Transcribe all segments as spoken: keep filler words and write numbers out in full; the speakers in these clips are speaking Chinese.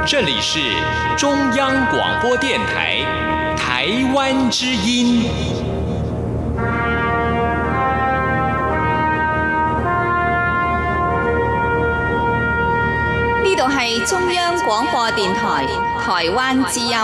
这里是中央广播电台台湾之音。 呢度係中央廣播電台台灣之音。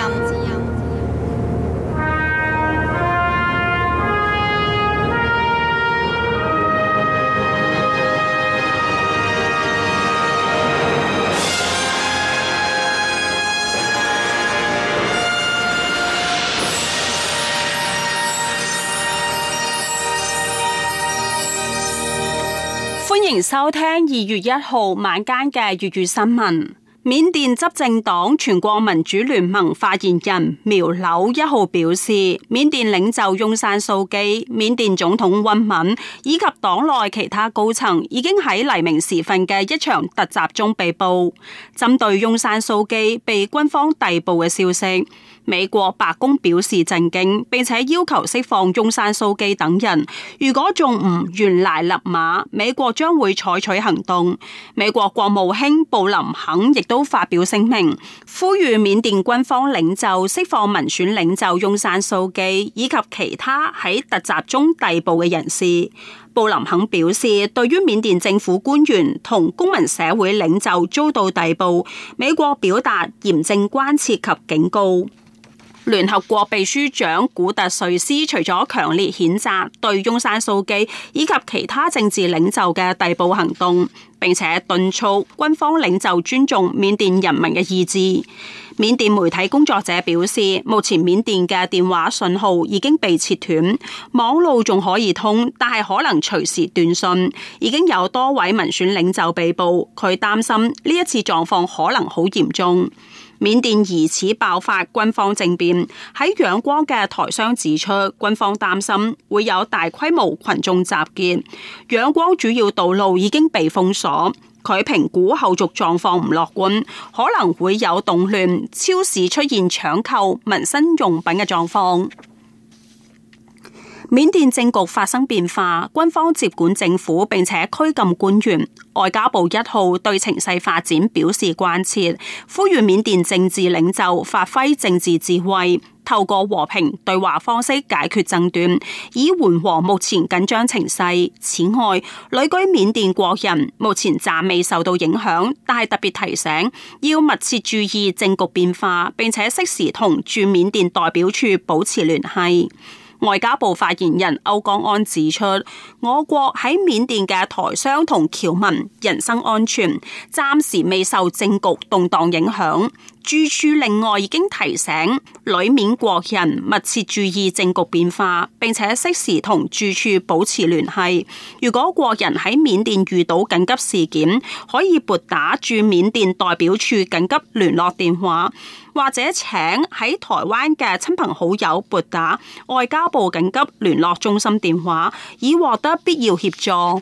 歡迎收聽二月一號晚間嘅粵語新聞。緬甸執政黨全國民主聯盟發言人苗柳一號表示，緬甸領袖翁山蘇基、緬甸總統溫敏以及黨內其他高層已經喺黎明時分嘅一場突襲中被捕。針對翁山蘇基被軍方逮捕嘅消息，美國白宮表示震驚，並且要求釋放翁山蘇基等人。如果仲唔懸崖勒馬，美國將會採取行動。美國國務卿布林肯亦都發表聲明，呼籲緬甸軍方領袖釋放民選領袖翁山蘇基以及其他喺突襲中逮捕嘅人士。布林肯表示，對於緬甸政府官員同公民社會領袖遭到逮捕，美國表達嚴正關切及警告。聯合國秘書長古特瑞斯除咗強烈譴責對翁山蘇基以及其他政治領袖嘅逮捕行動，並且敦促軍方領袖尊重緬甸人民嘅意志。緬甸媒體工作者表示，目前緬甸嘅電話信號已經被切斷，網路仲可以通，但係可能隨時斷訊。已經有多位民選領袖被捕，佢擔心呢一次狀況可能好嚴重。緬甸疑似爆發軍方政變，喺仰光嘅台商指出，軍方擔心會有大規模群眾集結，仰光主要道路已經被封鎖。佢評估後續狀況唔樂觀，可能會有動亂，超市出現搶購民生用品嘅狀況。緬甸政局發生變化，軍方接管政府並且拘禁官員。外交部一號對情勢發展表示關切，呼籲緬甸政治領袖發揮政治智慧，透過和平對話方式解決爭端，以緩和目前緊張情勢。此外，旅居緬甸國人目前暫未受到影響，但係特別提醒要密切注意政局變化，並且適時同駐緬甸代表處保持聯繫。外交部發言人歐江安指出，我國喺緬甸嘅台商同僑民人身安全暫時未受政局動盪影響。駐處另外已經提醒旅緬國人密切注意政局變化，並且適時同駐處保持聯繫。如果國人喺緬甸遇到緊急事件，可以撥打駐緬甸代表處緊急聯絡電話，或者請喺台灣嘅親朋好友撥打外交部緊急聯絡中心電話，以獲得必要協助。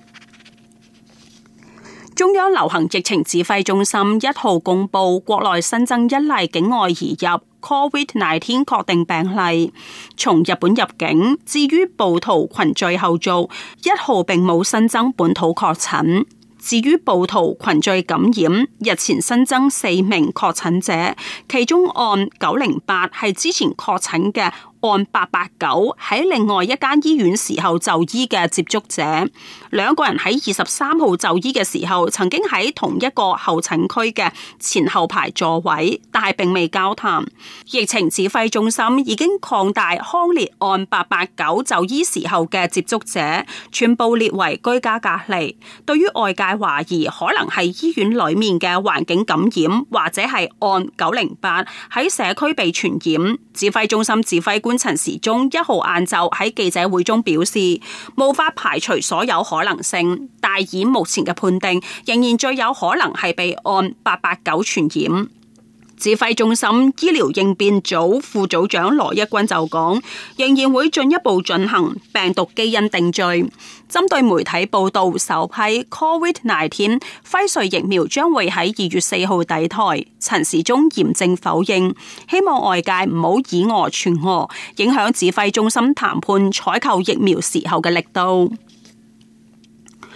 中央流行疫情指揮中心一號公布，國內新增一例境外移入 COVID 十九 確定病例，從日本入境。至於部桃群聚後續，一號並冇新增本土確診。至於部桃群聚感染，日前新增四名確診者，其中案九零八係之前確診嘅案八八九喺另外一間醫院時候就醫嘅接觸者，兩個人喺二十三號就醫嘅時候曾經喺同一個候診區嘅前後排座位，但係並未交談。疫情指揮中心已經擴大匡列案八八九就醫時候嘅接觸者，全部列為居家隔離。對於外界懷疑可能係醫院裏面嘅環境感染，或者係案九零八喺社區被傳染，指揮中心指揮官陳時中一號晏晝喺記者會中表示，無法排除所有可能性，但以目前嘅判定，仍然最有可能係被案八八九傳染。指揮中心醫療應變組副組長羅一軍就講，仍然會進一步進行病毒基因定序。針對媒體報道首批 COVID 十九 輝瑞疫苗將會喺二月四號抵台，陳時中嚴正否認，希望外界唔好以訛傳訛，影響指揮中心談判採購疫苗時候嘅力度。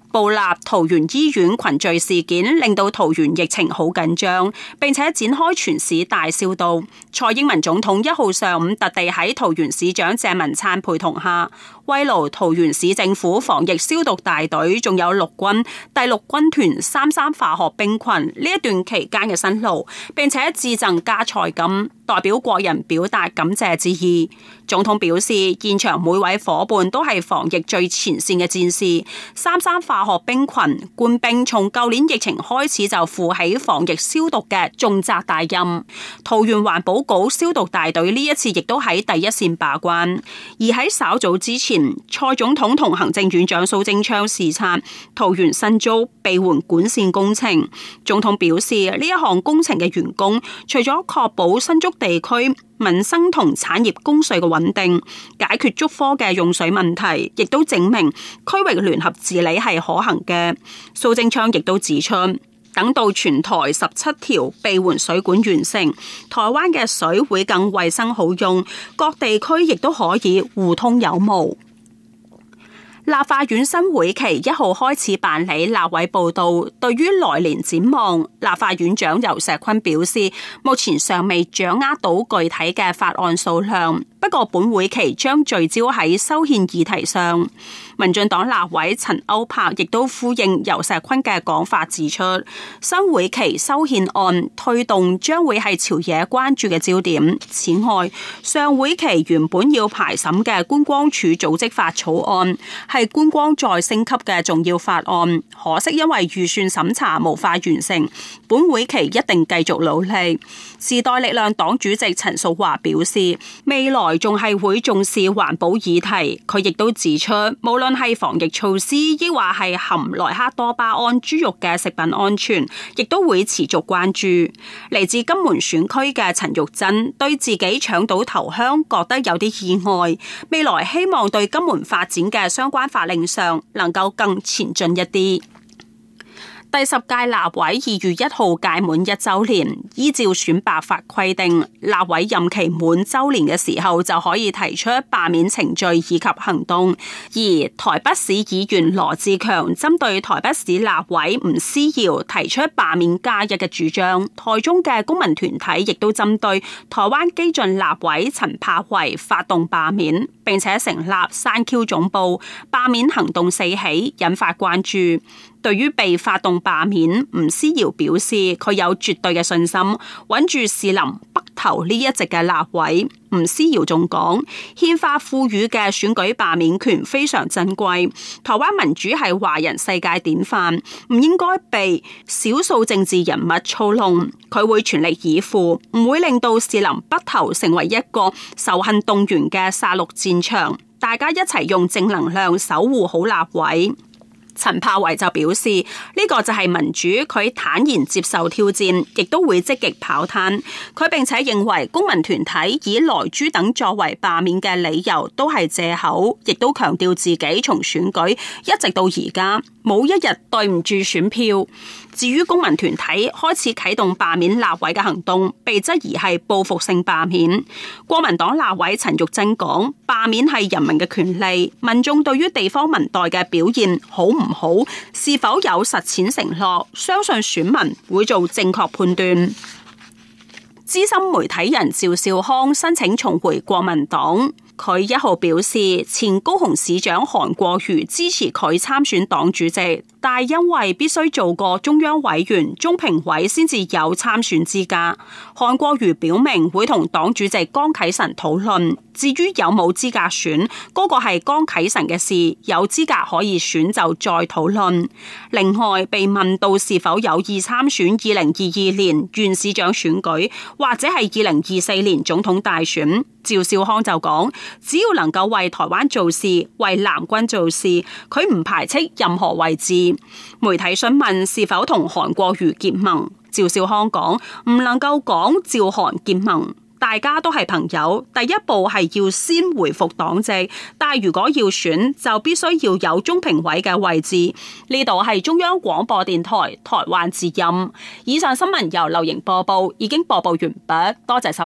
部立桃園醫院群聚事件令到桃園疫情好緊張，並且展開全市大消毒。蔡英文總統一號上午特地喺桃園市長鄭文燦陪同下，慰勞桃園市政府防疫消毒大隊，仲有陸軍第六軍團三三化學兵群呢一段期間嘅辛勞，並且致贈加菜金，代表國人表達感謝之意。總統表示，現場每位夥伴都係防疫最前線嘅戰士，三三化學兵群官兵從舊年疫情開始就負起防疫消毒嘅重責大任。桃園環保局消毒大隊呢一次亦都喺第一線把關。而喺稍早之前，蔡總統同行政院長蘇貞昌視察桃園新竹備援管線工程。總統表示，呢一項工程嘅完工，除咗確保新竹地區民生同產業供水嘅穩定，解決竹科嘅用水問題，亦都證明區域聯合治理係可行嘅。蘇貞昌亦都指出，等到全台十七條備援水管完成，台灣嘅水會更衛生好用，各地區亦都可以互通有無。立法院新會期一號開始辦理立委報到，對於來年展望，立法院長游錫堃表示，目前尚未掌握到具體嘅法案數量，不過本會期將聚焦喺修憲議題上。民進黨立委陳歐柏亦都呼應游錫堃嘅講法，指出新會期修憲案推動將會係朝野關注嘅焦點。此外，上會期原本要排審嘅觀光署組織法草案係觀光再升級嘅重要法案，可惜因為預算審查無法完成，本會期一定繼續努力。時代力量黨主席陳淑華表示，未來仲係會重視環保議題。佢亦都指出，無論係防疫措施，抑或係含萊克多巴胺豬肉嘅食品安全，亦都會持續關注。嚟自金門選區嘅陳玉珍對自己搶到頭香覺得有啲意外，未來希望對金門發展嘅相關法令上能夠更前進一啲。第十屆立委二月一號屆滿一周年，依照選罷法規定，立委任期滿周年嘅時候就可以提出罷免程序以及行動。而台北市議員羅志強針對台北市立委吳思瑤提出罷免加一嘅主張，台中嘅公民團體亦都針對台灣基進立委陳柏惟發動罷免，並且成立山 Q 總部，罷免行動四起，引發關注。對於被發動罷免，吳思瑤表示佢有絕對嘅信心，穩住士林北投呢一席嘅立委。吳思瑤仲講，憲法賦予嘅選舉罷免權非常珍貴，台灣民主係華人世界典範，唔應該被少數政治人物操弄。佢會全力以赴，唔會令到士林北投成為一個仇恨動員嘅殺戮戰場。大家一齊用正能量守護好立委。陳柏惟就表示，呢、這個就係民主，佢坦然接受挑戰，亦都會積極跑攤。佢並且認為公民團體以萊豬等作為罷免嘅理由都係借口，亦都強調自己從選舉一直到而家冇一日對唔住選票。至於公民團體開始啟動罷免立委嘅行動，被質疑係報復性罷免。國民黨立委陳玉珍講，罷免係人民嘅權利，民眾對於地方民代嘅表現好唔好，是否有實踐承諾，相信選民會做正確判斷。資深媒體人趙少康申請重回國民黨。佢一號表示，前高雄市長韓國瑜支持佢參選黨主席，但係因為必須做過中央委員、中評委先至有參選資格。韓國瑜表明會同黨主席江啟臣討論，至於有冇資格選，嗰、那個係江啟臣嘅事，有資格可以選就再討論。另外，被問到是否有意參選二零二二年縣市長選舉，或者係二零二四年總統大選，趙少康就講，只要能夠為台灣做事，為藍軍做事，佢唔排斥任何位置。媒體詢問是否同韓國瑜結盟，趙少康講唔能夠講趙韓結盟，大家都係朋友。第一步係要先回復黨籍，但係如果要選，就必須要有中評委嘅位置。呢度係中央廣播電台台灣之音。以上新聞由劉瑩播報，已經播報完畢，多謝收。